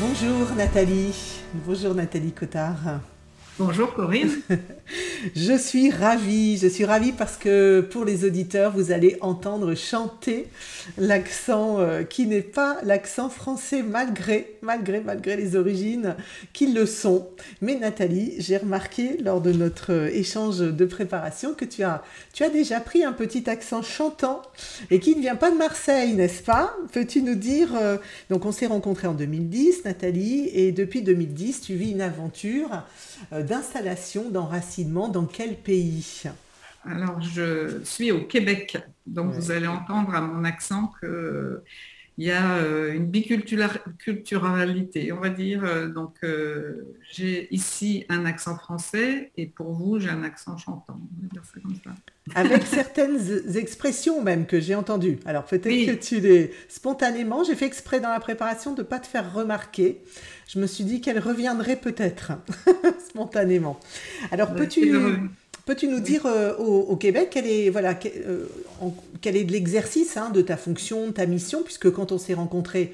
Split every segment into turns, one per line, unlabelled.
Bonjour Nathalie, bonjour Nathalie Cottard.
Bonjour Corinne.
Je suis ravie parce que pour les auditeurs, vous allez entendre chanter l'accent qui n'est pas l'accent français malgré les origines qui le sont. Mais Nathalie, j'ai remarqué lors de notre échange de préparation que tu as déjà pris un petit accent chantant et qui ne vient pas de Marseille, n'est-ce pas? Peux-tu nous dire, donc on s'est rencontrés en 2010, Nathalie, et depuis 2010, tu vis une aventure d'installation, d'enracinement, dans quel pays?
Alors, je suis au Québec, donc vous
Ouais.
allez entendre à mon accent qu'il y a une biculturalité, on va dire. Donc, j'ai ici un accent français et pour vous, j'ai un accent chantant. On va dire ça comme ça.
Avec certaines expressions même que j'ai entendues. Alors peut-être que
Oui,
tu les... Spontanément, j'ai fait exprès dans la préparation de ne pas te faire remarquer. Je me suis dit qu'elles reviendraient peut-être spontanément. Alors
c'est
peux-tu nous
oui.
dire au Québec quel est de l'exercice de ta fonction, de ta mission, puisque quand on s'est rencontrés,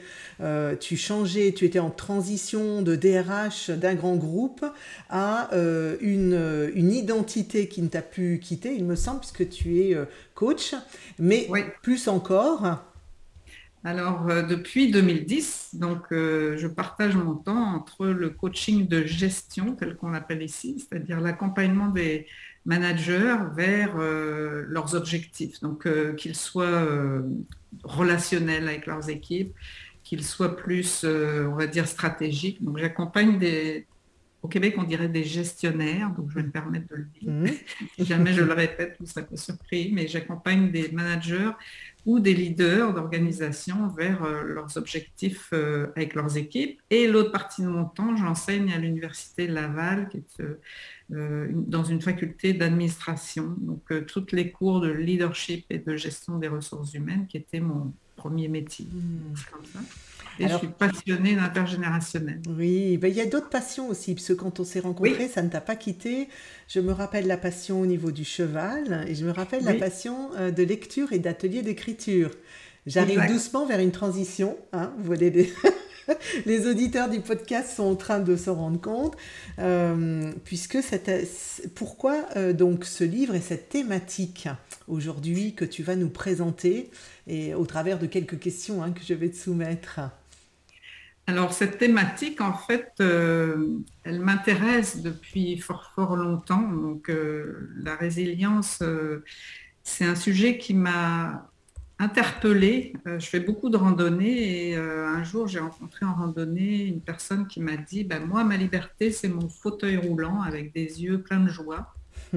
tu étais en transition de DRH d'un grand groupe à une identité qui ne t'a plus quitté, il me semble, puisque tu es coach, mais
Oui.
plus encore.
Alors, depuis 2010, donc, je partage mon temps entre le coaching de gestion, tel qu'on l'appelle ici, c'est-à-dire l'accompagnement des managers vers leurs objectifs, donc qu'ils soient relationnels avec leurs équipes, qu'ils soient plus, on va dire, stratégiques. Donc, j'accompagne au Québec, on dirait des gestionnaires, donc je vais me permettre de le dire.
Mhm.
Si jamais je le répète, vous ne serez pas surpris, mais j'accompagne des managers ou des leaders d'organisation vers leurs objectifs avec leurs équipes. Et l'autre partie de mon temps, j'enseigne à l'Université Laval, qui est dans une faculté d'administration. Donc, toutes les cours de leadership et de gestion des ressources humaines, qui était mon premier métier. Donc, c'est comme ça. Et je suis
Alors,
passionnée d'intergénérationnel.
oui, ben, il y a d'autres passions aussi, parce que quand on s'est rencontrés,
Oui,
ça ne t'a pas quitté. Je me rappelle la passion au niveau du cheval, et je me rappelle la
oui,
passion de lecture et d'atelier d'écriture. J'arrive
exact.
doucement vers une transition, hein, vous voyez, les auditeurs du podcast sont en train de s'en rendre compte, puisque pourquoi donc ce livre et cette thématique aujourd'hui que tu vas nous présenter, et au travers de quelques questions que je vais te soumettre.
Alors, cette thématique, en fait, elle m'intéresse depuis fort, fort longtemps. Donc, la résilience, c'est un sujet qui m'a interpellée. Je fais beaucoup de randonnées et un jour, j'ai rencontré en randonnée une personne qui m'a dit, ben, moi, ma liberté, c'est mon fauteuil roulant avec des yeux pleins de joie.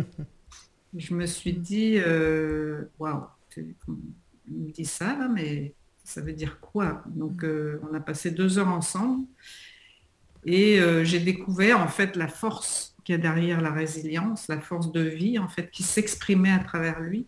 Je me suis dit, waouh, il me dit ça, là, mais ça veut dire quoi? Donc, on a passé 2 heures ensemble. Et j'ai découvert en fait la force qu'il y a derrière la résilience, la force de vie en fait qui s'exprimait à travers lui.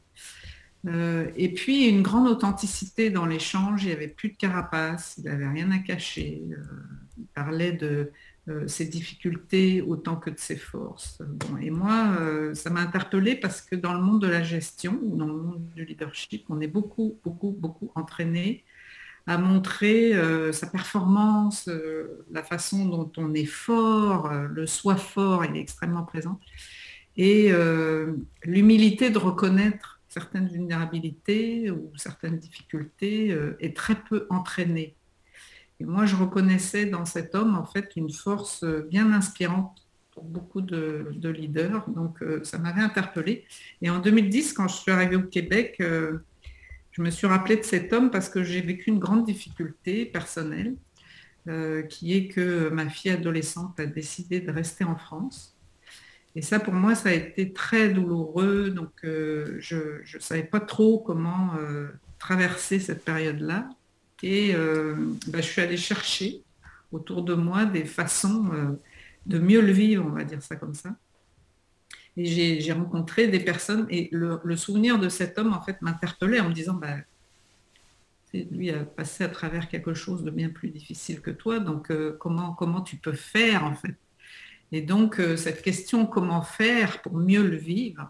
Et puis une grande authenticité dans l'échange, il n'y avait plus de carapace, il n'avait rien à cacher. Il parlait de ses difficultés autant que de ses forces. Bon, et moi, ça m'a interpellée parce que dans le monde de la gestion ou dans le monde du leadership, on est beaucoup, beaucoup, beaucoup entraîné à montrer sa performance, la façon dont on est fort, le soi fort, il est extrêmement présent, et l'humilité de reconnaître certaines vulnérabilités ou certaines difficultés est très peu entraînée. Et moi, je reconnaissais dans cet homme, en fait, une force bien inspirante pour beaucoup de leaders. Donc, ça m'avait interpellée. Et en 2010, quand je suis arrivée au Québec, je me suis rappelée de cet homme parce que j'ai vécu une grande difficulté personnelle, qui est que ma fille adolescente a décidé de rester en France. Et ça, pour moi, ça a été très douloureux. Donc, je ne savais pas trop comment traverser cette période-là. Et je suis allée chercher autour de moi des façons de mieux le vivre, on va dire ça comme ça. Et j'ai rencontré des personnes et le souvenir de cet homme, en fait, m'interpellait en me disant, bah, lui a passé à travers quelque chose de bien plus difficile que toi, donc comment tu peux faire en fait? Et donc cette question comment faire pour mieux le vivre,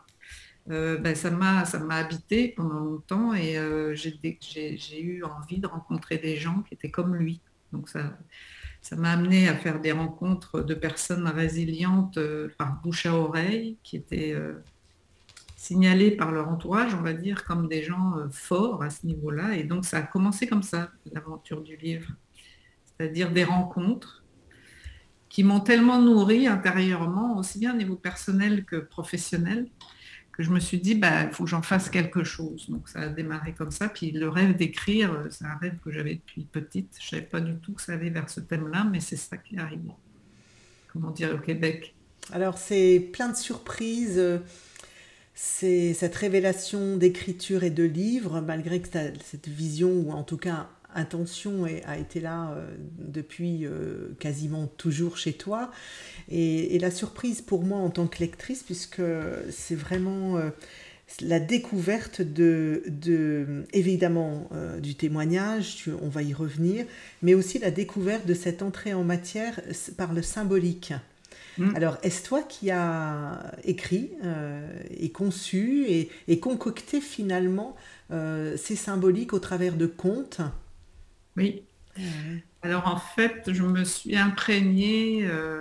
ça m'a habité pendant longtemps et j'ai eu envie de rencontrer des gens qui étaient comme lui. Donc Ça m'a amené à faire des rencontres de personnes résilientes par bouche à oreille, qui étaient signalées par leur entourage, on va dire, comme des gens forts à ce niveau-là. Et donc, ça a commencé comme ça, l'aventure du livre, c'est-à-dire des rencontres qui m'ont tellement nourri intérieurement, aussi bien au niveau personnel que professionnel, que je me suis dit, bah, il faut que j'en fasse quelque chose. Donc ça a démarré comme ça. Puis le rêve d'écrire, c'est un rêve que j'avais depuis petite. Je ne savais pas du tout que ça allait vers ce thème-là, mais c'est ça qui est arrivé. Comment dire au Québec?
Alors c'est plein de surprises, c'est cette révélation d'écriture et de livre, malgré que cette vision, ou en tout cas intention, a été là depuis quasiment toujours chez toi. Et la surprise pour moi en tant que lectrice, puisque c'est vraiment la découverte évidemment du témoignage, on va y revenir, mais aussi la découverte de cette entrée en matière par le symbolique.
Hmm.
Alors, est-ce toi qui as écrit et conçu et concocté finalement ces symboliques au travers de contes?
Oui. Alors en fait, je me suis imprégnée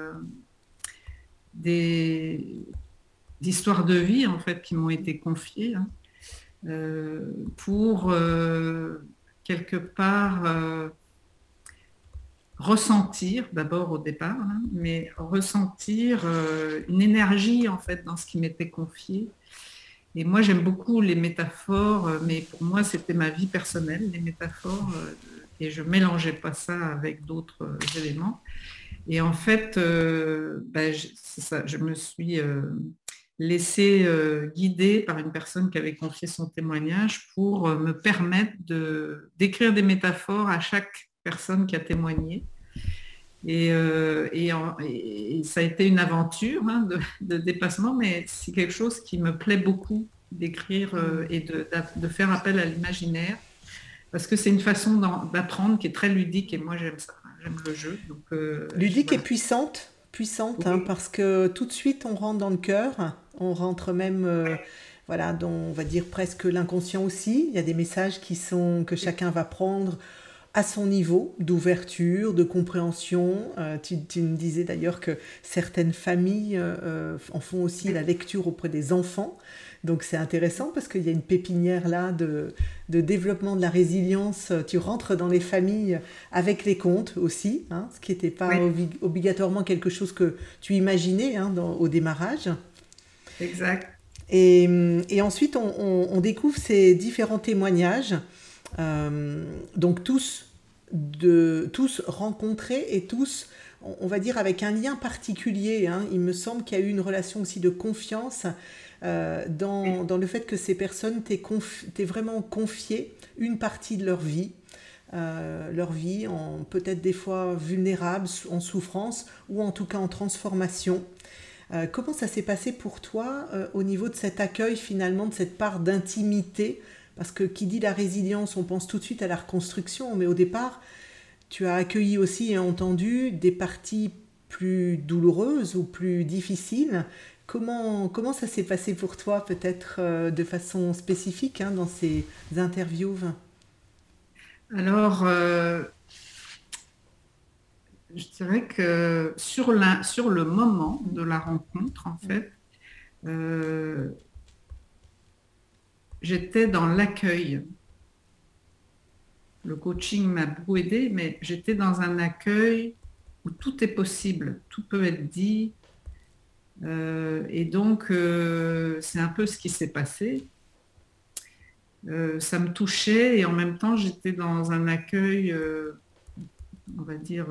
des d'histoires de vie en fait qui m'ont été confiées, hein, pour quelque part ressentir, d'abord au départ, hein, mais ressentir une énergie en fait dans ce qui m'était confié. Et moi, j'aime beaucoup les métaphores, mais pour moi, c'était ma vie personnelle, les métaphores, et je mélangeais pas ça avec d'autres éléments. Et en fait, ben, c'est ça, je me suis laissée guider par une personne qui avait confié son témoignage pour me permettre d'écrire des métaphores à chaque personne qui a témoigné. Et ça a été une aventure, hein, de dépassement, mais c'est quelque chose qui me plaît beaucoup d'écrire et de faire appel à l'imaginaire, parce que c'est une façon d'apprendre qui est très ludique, et moi j'aime ça, j'aime le jeu. Donc,
Ludique et
voilà.
puissante, puissante, hein,
Oui,
parce que tout de suite on rentre dans le cœur, on rentre même, voilà, dans, on va dire presque l'inconscient aussi. Il y a des messages que chacun va prendre à son niveau d'ouverture, de compréhension. Tu me disais d'ailleurs que certaines familles en font aussi la lecture auprès des enfants. Donc c'est intéressant parce qu'il y a une pépinière là de développement de la résilience. Tu rentres dans les familles avec les contes aussi, hein, ce qui n'était pas
oui,
obligatoirement quelque chose que tu imaginais, hein, au démarrage.
exact.
Et ensuite, on découvre ces différents témoignages, donc tous rencontrés et tous, on va dire, avec un lien particulier, hein. Il me semble qu'il y a eu une relation aussi de confiance dans le fait que ces personnes t'aient vraiment confié une partie de leur vie en peut-être des fois vulnérable, en souffrance ou en tout cas en transformation. Comment ça s'est passé pour toi au niveau de cet accueil finalement, de cette part d'intimité? Parce que qui dit la résilience, on pense tout de suite à la reconstruction, mais au départ, tu as accueilli aussi et entendu des parties plus douloureuses ou plus difficiles. Comment ça s'est passé pour toi, peut-être de façon spécifique, hein, dans ces interviews?
Alors, je dirais que sur le moment de la rencontre, en fait, euh, j'étais dans l'accueil. Le coaching m'a beaucoup aidé, mais j'étais dans un accueil où tout est possible, tout peut être dit. Et donc, c'est un peu ce qui s'est passé. Ça me touchait et en même temps, j'étais dans un accueil, on va dire,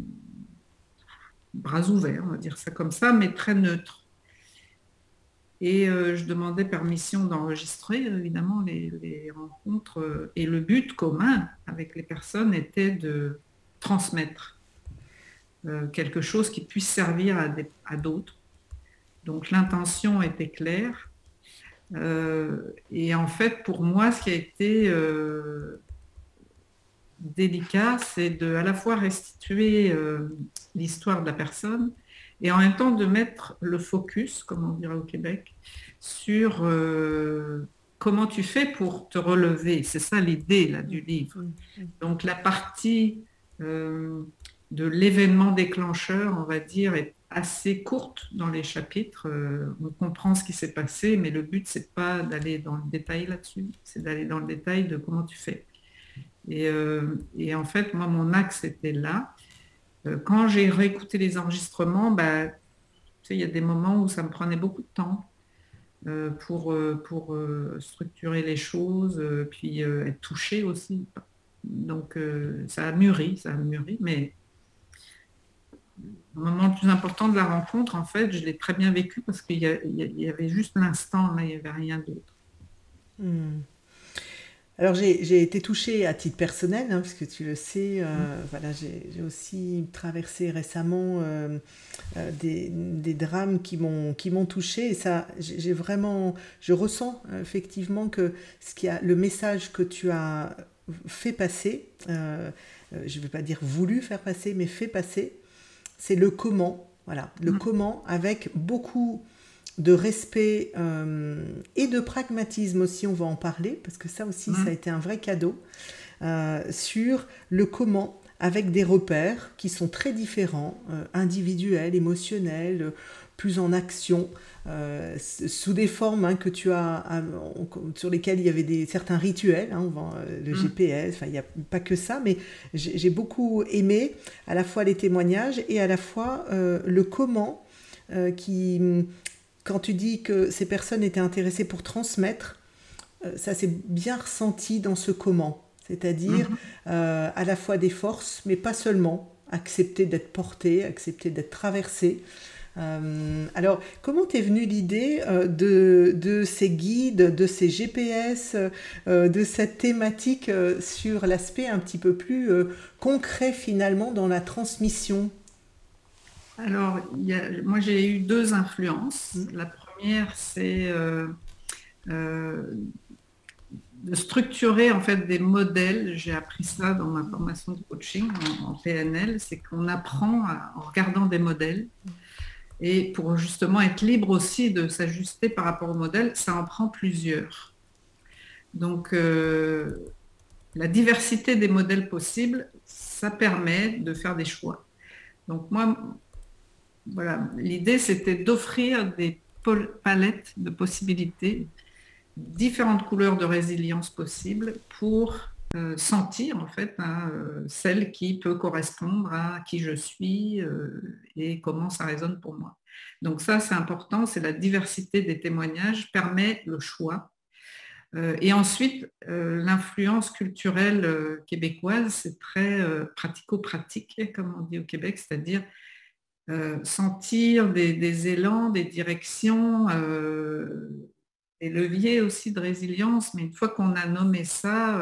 bras ouverts, on va dire ça comme ça, mais très neutre. Et je demandais permission d'enregistrer, évidemment, les rencontres. Et le but commun avec les personnes était de transmettre quelque chose qui puisse servir à d'autres. Donc l'intention était claire. Et en fait, pour moi, ce qui a été délicat, c'est de à la fois restituer l'histoire de la personne et en même temps de mettre le focus, comme on dirait au Québec, sur comment tu fais pour te relever. C'est ça l'idée là, du livre. Donc la partie de l'événement déclencheur, on va dire, est assez courte dans les chapitres. On comprend ce qui s'est passé, mais le but, c'est pas d'aller dans le détail là-dessus, c'est d'aller dans le détail de comment tu fais. Et en fait, moi, mon axe était là. Quand j'ai réécouté les enregistrements, bah, tu sais, il y a des moments où ça me prenait beaucoup de temps pour structurer les choses, puis être touché aussi. Donc, ça a mûri, mais le moment le plus important de la rencontre, en fait, je l'ai très bien vécu parce qu'il y avait juste l'instant, là, il n'y avait rien d'autre.
Hmm. Alors j'ai été touchée à titre personnel, hein, parce que tu le sais, voilà, j'ai aussi traversé récemment des drames qui m'ont touchée et ça, j'ai vraiment, je ressens effectivement que le message que tu as fait passer, je ne vais pas dire voulu faire passer, mais fait passer, c'est le comment, voilà, le comment avec beaucoup de respect et de pragmatisme aussi, on va en parler, parce que ça aussi, ça a été un vrai cadeau, sur le comment, avec des repères qui sont très différents, individuels, émotionnels, plus en action, sous des formes hein, que tu as, sur lesquelles il y avait certains rituels, hein, le GPS, enfin il n'y a pas que ça, mais j'ai beaucoup aimé à la fois les témoignages et à la fois le comment qui quand tu dis que ces personnes étaient intéressées pour transmettre, ça s'est bien ressenti dans ce comment. C'est-à-dire à la fois des forces, mais pas seulement. Accepter d'être porté, accepter d'être traversé. Alors, comment t'es venue l'idée de ces guides, de ces GPS, de cette thématique sur l'aspect un petit peu plus concret finalement dans la transmission?
Alors, moi, j'ai eu deux influences.
Hmm.
La première, c'est euh, de structurer en fait des modèles. J'ai appris ça dans ma formation de coaching en PNL, c'est qu'on apprend en regardant des modèles. Et pour justement être libre aussi de s'ajuster par rapport au modèle, ça en prend plusieurs. Donc, la diversité des modèles possibles, ça permet de faire des choix. Donc, moi, voilà, l'idée, c'était d'offrir des palettes de possibilités, différentes couleurs de résilience possibles pour sentir en fait hein, celle qui peut correspondre à qui je suis et comment ça résonne pour moi. Donc ça, c'est important, c'est la diversité des témoignages permet le choix. Et ensuite, l'influence culturelle québécoise, c'est très pratico-pratique, comme on dit au Québec, c'est-à-dire sentir des élans, des directions, des leviers aussi de résilience. Mais une fois qu'on a nommé ça,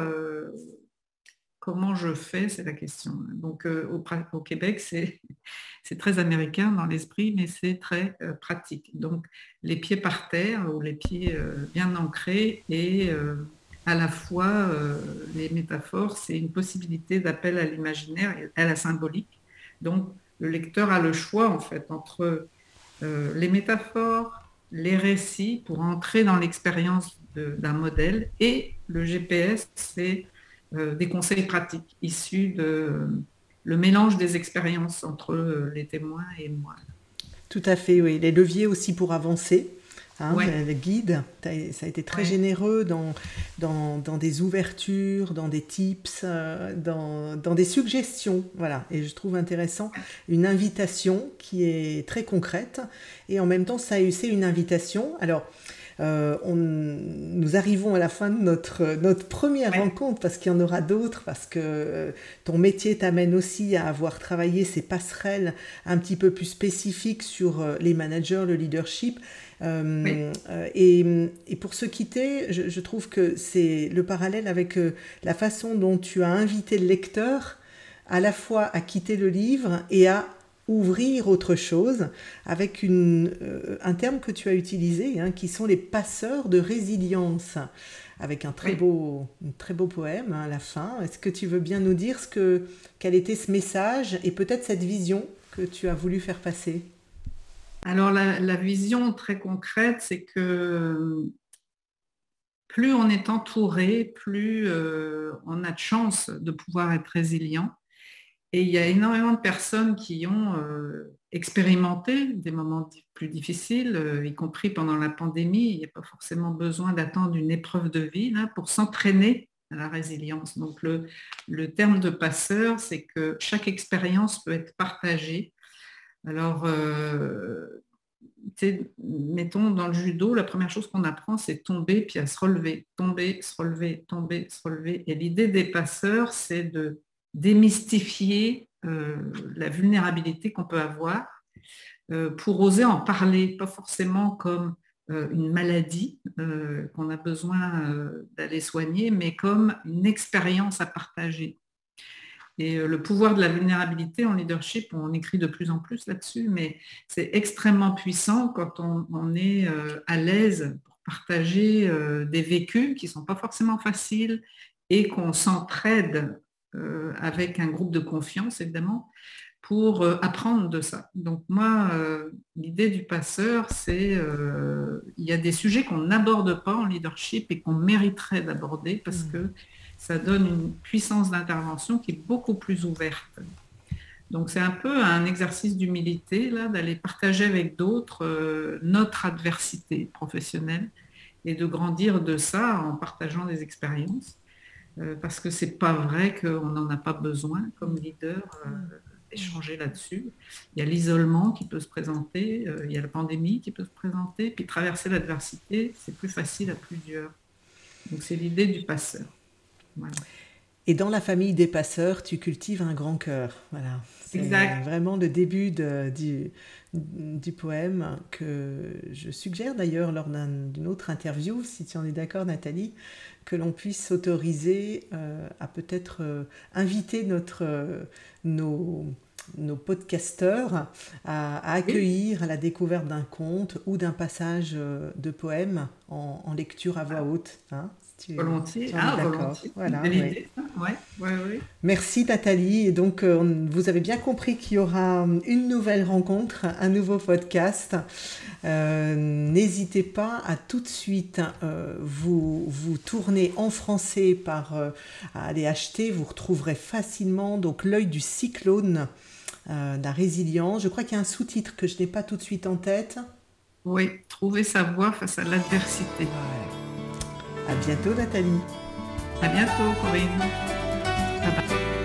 comment je fais, c'est la question. Donc au Québec, c'est très américain dans l'esprit, mais c'est très pratique. Donc les pieds par terre ou les pieds bien ancrés et à la fois les métaphores, c'est une possibilité d'appel à l'imaginaire et à la symbolique. Donc le lecteur a le choix en fait entre les métaphores, les récits pour entrer dans l'expérience d'un modèle et le GPS, c'est des conseils pratiques issus de le mélange des expériences entre les témoins et moi.
Tout à fait, oui. Les leviers aussi pour avancer. Hein,
Ouais,
le guide, ça a été très
ouais.
généreux dans des ouvertures, dans des tips, dans des suggestions. Voilà. Et je trouve intéressant une invitation qui est très concrète. Et en même temps, c'est une invitation. Alors, nous arrivons à la fin de notre première
Ouais.
rencontre parce qu'il y en aura d'autres, parce que ton métier t'amène aussi à avoir travaillé ces passerelles un petit peu plus spécifiques sur les managers, le leadership.
Ouais.
Et pour se quitter, je trouve que c'est le parallèle avec la façon dont tu as invité le lecteur à la fois à quitter le livre et à ouvrir autre chose avec un terme que tu as utilisé, hein, qui sont les passeurs de résilience, avec
Ouais.
un très beau poème hein, à la fin. Est-ce que tu veux bien nous dire quel était ce message et peut-être cette vision que tu as voulu faire passer?
Alors la vision très concrète, c'est que plus on est entouré, plus on a de chance de pouvoir être résilient. Et il y a énormément de personnes qui ont expérimenté des moments plus difficiles, y compris pendant la pandémie. Il n'y a pas forcément besoin d'attendre une épreuve de vie là, pour s'entraîner à la résilience. Donc le terme de passeur, c'est que chaque expérience peut être partagée. Alors, mettons dans le judo, la première chose qu'on apprend, c'est tomber puis à se relever, tomber, se relever, tomber, se relever. Et l'idée des passeurs, c'est de démystifier la vulnérabilité qu'on peut avoir pour oser en parler, pas forcément comme une maladie qu'on a besoin d'aller soigner, mais comme une expérience à partager. Et le pouvoir de la vulnérabilité en leadership, on écrit de plus en plus là-dessus, mais c'est extrêmement puissant quand on est à l'aise pour partager des vécus qui ne sont pas forcément faciles et qu'on s'entraide avec un groupe de confiance, évidemment, pour apprendre de ça. Donc moi, l'idée du passeur, c'est il y a des sujets qu'on n'aborde pas en leadership et qu'on mériterait d'aborder parce que ça donne une puissance d'intervention qui est beaucoup plus ouverte. Donc c'est un peu un exercice d'humilité, là, d'aller partager avec d'autres notre adversité professionnelle et de grandir de ça en partageant des expériences. Parce que c'est pas vrai qu'on n'en a pas besoin comme leader d'échanger là-dessus. Il y a l'isolement qui peut se présenter, il y a la pandémie qui peut se présenter, puis traverser l'adversité, c'est plus facile à plusieurs. Donc c'est l'idée du passeur. Voilà.
Et dans la famille des passeurs, tu cultives un grand cœur. Voilà. C'est
Exact.
vraiment le début du poème que je suggère d'ailleurs lors d'une autre interview, si tu en es d'accord Nathalie, que l'on puisse s'autoriser à peut-être inviter nos podcasteurs à accueillir à la découverte d'un conte ou d'un passage de poème en lecture à voix haute. Hein, si
Volontiers.
tu en es d'accord.
Volontiers.
Voilà,
Belle
ouais.
idée. Ouais.
Merci Nathalie. Et donc, vous avez bien compris qu'il y aura une nouvelle rencontre, un nouveau podcast. N'hésitez pas à tout de suite vous tourner en français à aller acheter. Vous retrouverez facilement donc L'œil du cyclone, la résilience. Je crois qu'il y a un sous-titre que je n'ai pas tout de suite en tête.
Oui, trouver sa voie face à l'adversité.
Ouais. À bientôt Nathalie.
À bientôt Corinne. Bye bye.